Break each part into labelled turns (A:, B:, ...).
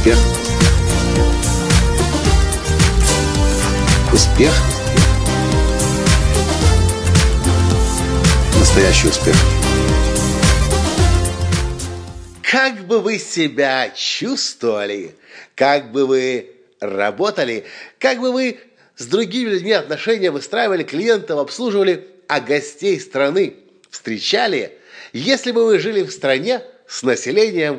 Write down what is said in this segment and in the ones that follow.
A: Успех. Успех. Настоящий успех.
B: Как бы вы себя чувствовали, как бы вы работали, как бы вы с другими людьми отношения выстраивали, клиентов обслуживали, а гостей страны встречали, если бы вы жили в стране с населением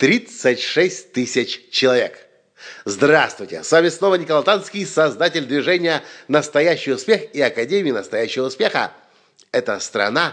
B: 36 тысяч человек? Здравствуйте! С вами снова Николай Танский, создатель движения «Настоящий успех» и Академии «Настоящего успеха». Это страна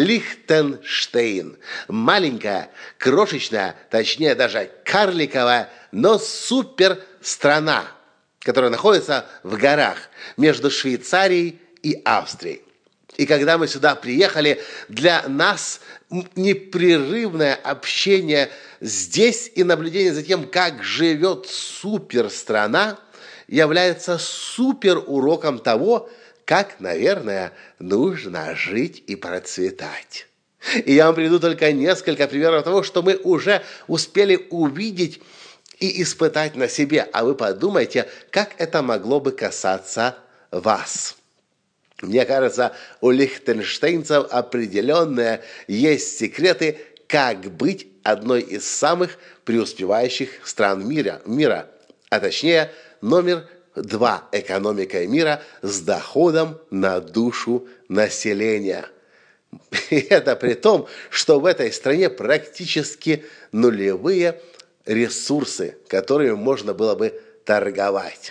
B: Лихтенштейн. Маленькая, крошечная, точнее даже карликовая, но супер страна, которая находится в горах между Швейцарией и Австрией. И когда мы сюда приехали, для нас непрерывное общение здесь и наблюдение за тем, как живет суперстрана, является суперуроком того, как, наверное, нужно жить и процветать. И я вам приведу только несколько примеров того, что мы уже успели увидеть и испытать на себе. А вы подумайте, как это могло бы касаться вас. Мне кажется, у лихтенштейнцев определенные есть секреты, как быть одной из самых преуспевающих стран мира. А точнее, номер 2 экономикой мира с доходом на душу населения. И это при том, что в этой стране практически нулевые ресурсы, которыми можно было бы торговать.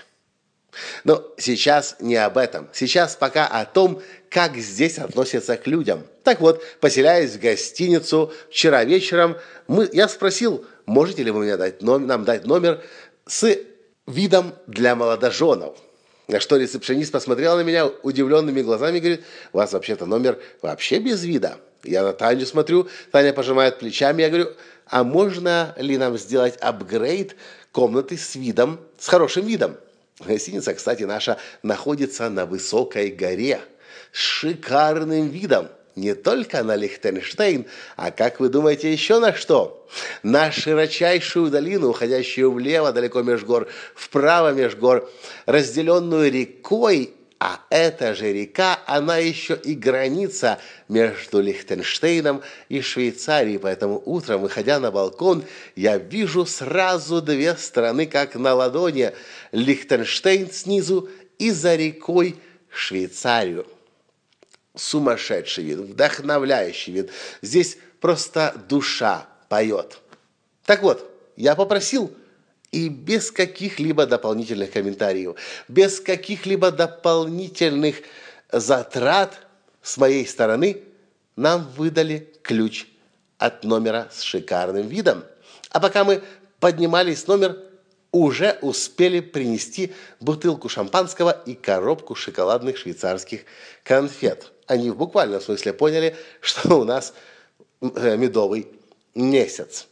B: Но сейчас не об этом. Сейчас пока о том, как здесь относятся к людям. Так вот, поселяясь в гостиницу, вчера вечером я спросил, можете ли вы нам дать номер с видом для молодоженов. На что ресепшенист посмотрела на меня удивленными глазами и говорит, у вас вообще-то номер вообще без вида. Я на Таню смотрю, Таня пожимает плечами, я говорю, а можно ли нам сделать апгрейд комнаты с видом, с хорошим видом? Гостиница, кстати, наша находится на высокой горе с шикарным видом. Не только на Лихтенштейн, а, как вы думаете, еще на что? На широчайшую долину, уходящую влево далеко меж гор, вправо меж гор, разделенную рекой, а эта же река, она еще и граница между Лихтенштейном и Швейцарией. Поэтому утром, выходя на балкон, я вижу сразу две страны, как на ладони. Лихтенштейн снизу и за рекой Швейцарию. Сумасшедший вид, вдохновляющий вид. Здесь просто душа поет. Так вот, я попросил, и без каких-либо дополнительных комментариев, без каких-либо дополнительных затрат с моей стороны, нам выдали ключ от номера с шикарным видом. А пока мы поднимались в номер, уже успели принести бутылку шампанского и коробку шоколадных швейцарских конфет. Они в буквальном смысле поняли, что у нас медовый месяц.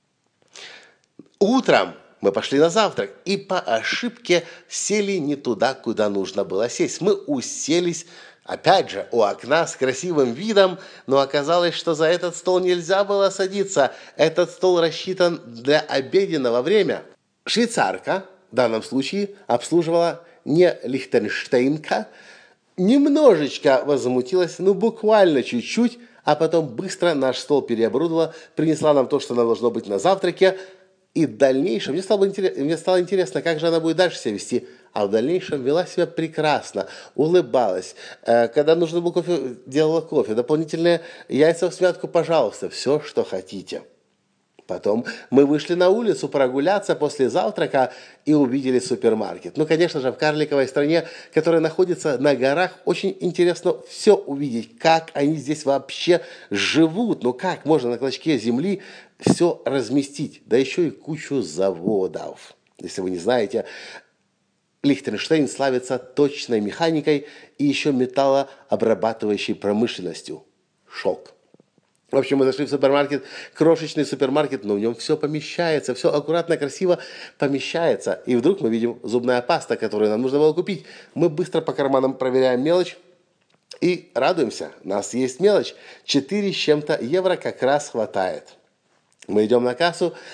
B: Утром мы пошли на завтрак и по ошибке сели не туда, куда нужно было сесть. Мы уселись, опять же, у окна с красивым видом, но оказалось, что за этот стол нельзя было садиться. Этот стол рассчитан для обеденного времени. Швейцарка в данном случае обслуживала не лихтенштейнка, немножечко возмутилась, буквально чуть-чуть, а потом быстро наш стол переоборудовала, принесла нам то, что нам должно быть на завтраке, и в дальнейшем, мне стало интересно, как же она будет дальше себя вести, а в дальнейшем вела себя прекрасно, улыбалась, когда нужно было кофе, делала кофе, дополнительные яйца в смятку, пожалуйста, все, что хотите. Потом мы вышли на улицу прогуляться после завтрака и увидели супермаркет. Конечно же, в карликовой стране, которая находится на горах, очень интересно все увидеть, как они здесь вообще живут. Как можно на клочке земли все разместить, да еще и кучу заводов. Если вы не знаете, Лихтенштейн славится точной механикой и еще металлообрабатывающей промышленностью. Шок. В общем, мы зашли в супермаркет, крошечный супермаркет, но в нем все помещается, все аккуратно, красиво помещается. И вдруг мы видим зубная паста, которую нам нужно было купить. Мы быстро по карманам проверяем мелочь и радуемся. У нас есть мелочь. 4 с чем-то евро как раз хватает. Мы идем на кассу,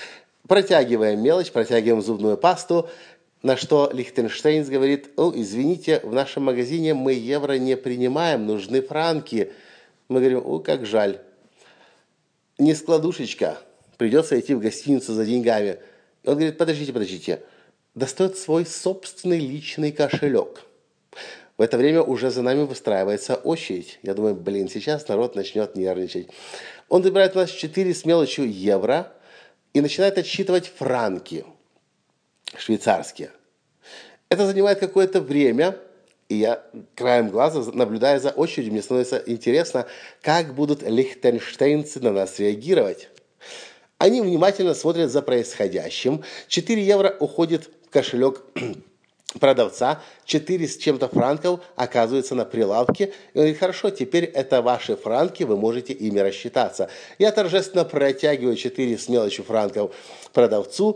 B: Протягиваем мелочь, протягиваем зубную пасту, на что Лихтенштейнц говорит: извините, в нашем магазине мы евро не принимаем, нужны франки. Мы говорим: как жаль. Не складушечка, придется идти в гостиницу за деньгами. Он говорит: подождите. Достает свой собственный личный кошелек. В это время уже за нами выстраивается очередь. Я думаю, сейчас народ начнет нервничать. Он забирает у нас 4 с мелочью евро и начинает отсчитывать франки швейцарские. Это занимает какое-то время, и я краем глаза наблюдая за очередью, мне становится интересно, как будут лихтенштейнцы на нас реагировать. Они внимательно смотрят за происходящим. 4 евро уходит в кошелек продавца, 4 с чем-то франков оказываются на прилавке. И он говорит: хорошо, теперь это ваши франки, вы можете ими рассчитаться. Я торжественно протягиваю 4 с мелочью франков продавцу,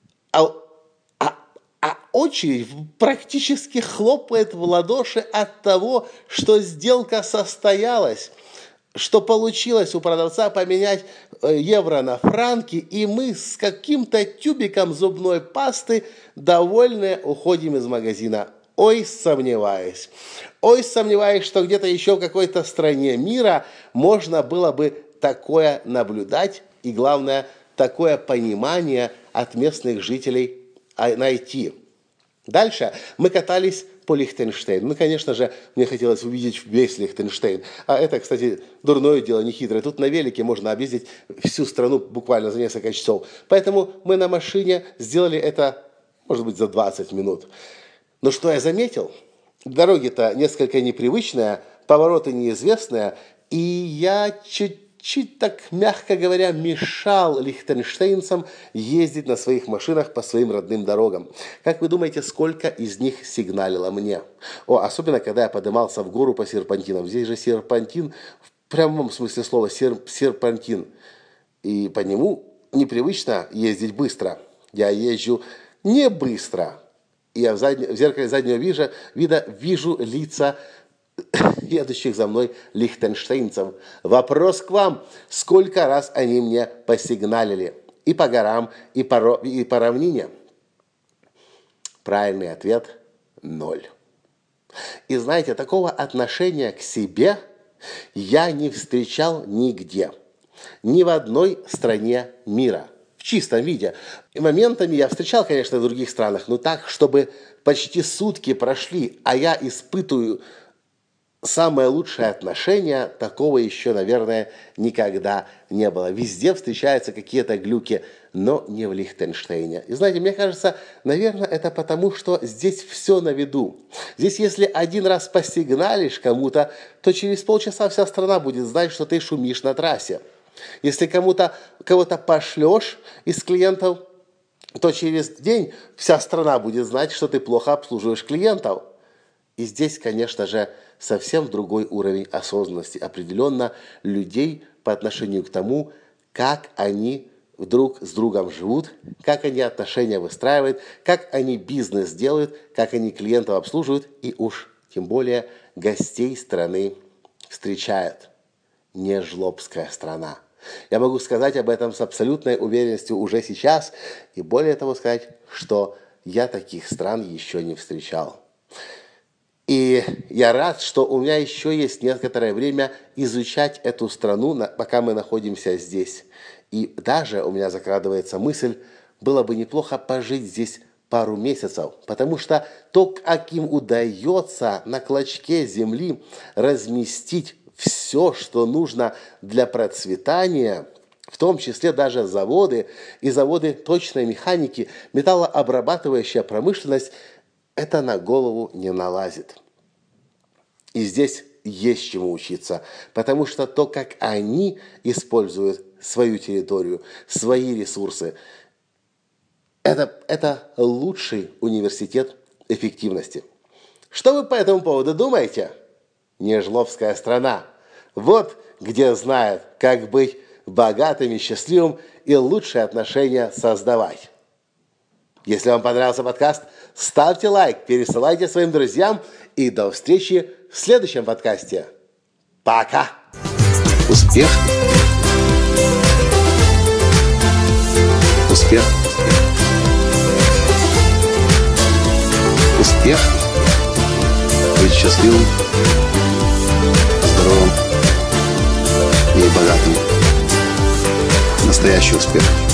B: а очередь практически хлопает в ладоши от того, что сделка состоялась, что получилось у продавца поменять евро на франки, и мы с каким-то тюбиком зубной пасты довольные уходим из магазина. Ой, сомневаюсь, что где-то еще в какой-то стране мира можно было бы такое наблюдать и, главное, такое понимание от местных жителей найти. Дальше мы катались по Лихтенштейну. Ну, конечно же, мне хотелось увидеть весь Лихтенштейн. А это, кстати, дурное дело, не хитрое. Тут на велике можно объездить всю страну буквально за несколько часов. Поэтому мы на машине сделали это, может быть, за 20 минут. Но что я заметил? Дороги-то несколько непривычные, повороты неизвестные, и я чуть так, мягко говоря, мешал лихтенштейнцам ездить на своих машинах по своим родным дорогам. Как вы думаете, сколько из них сигналило мне? Особенно, когда я поднимался в гору по серпантинам. Здесь же серпантин, в прямом смысле слова серпантин. И по нему непривычно ездить быстро. Я езжу не быстро. И я в зеркале заднего вида вижу лица едущих за мной лихтенштейнцев. Вопрос к вам: сколько раз они мне посигналили? И по горам, и по равнине? Правильный ответ – 0. И знаете, такого отношения к себе я не встречал нигде. Ни в одной стране мира. В чистом виде. И моментами я встречал, конечно, в других странах, но так, чтобы почти сутки прошли, а я испытываю самое лучшее отношение, такого еще, наверное, никогда не было. Везде встречаются какие-то глюки, но не в Лихтенштейне. И знаете, мне кажется, наверное, это потому, что здесь все на виду. Здесь, если один раз посигналишь кому-то, то через полчаса вся страна будет знать, что ты шумишь на трассе. Если кого-то пошлешь из клиентов, то через день вся страна будет знать, что ты плохо обслуживаешь клиентов. И здесь, конечно же, совсем другой уровень осознанности определенно людей по отношению к тому, как они друг с другом живут, как они отношения выстраивают, как они бизнес делают, как они клиентов обслуживают и уж тем более гостей страны встречают. Не жлобская страна. Я могу сказать об этом с абсолютной уверенностью уже сейчас и более того сказать, что я таких стран еще не встречал. И я рад, что у меня еще есть некоторое время изучать эту страну, пока мы находимся здесь. И даже у меня закрадывается мысль, было бы неплохо пожить здесь пару месяцев, потому что то, как им удается на клочке земли разместить все, что нужно для процветания, в том числе даже заводы и заводы точной механики, металлообрабатывающая промышленность, это на голову не налазит. И здесь есть чему учиться, потому что то, как они используют свою территорию, свои ресурсы, это лучший университет эффективности. Что вы по этому поводу думаете? Не жлобская страна. Вот где знают, как быть богатым и счастливым и лучшие отношения создавать. Если вам понравился подкаст, ставьте лайк, пересылайте своим друзьям и до встречи в следующем подкасте. Пока!
A: Успех!
B: успех, быть счастливым, здоровым и богатым. Настоящий успех.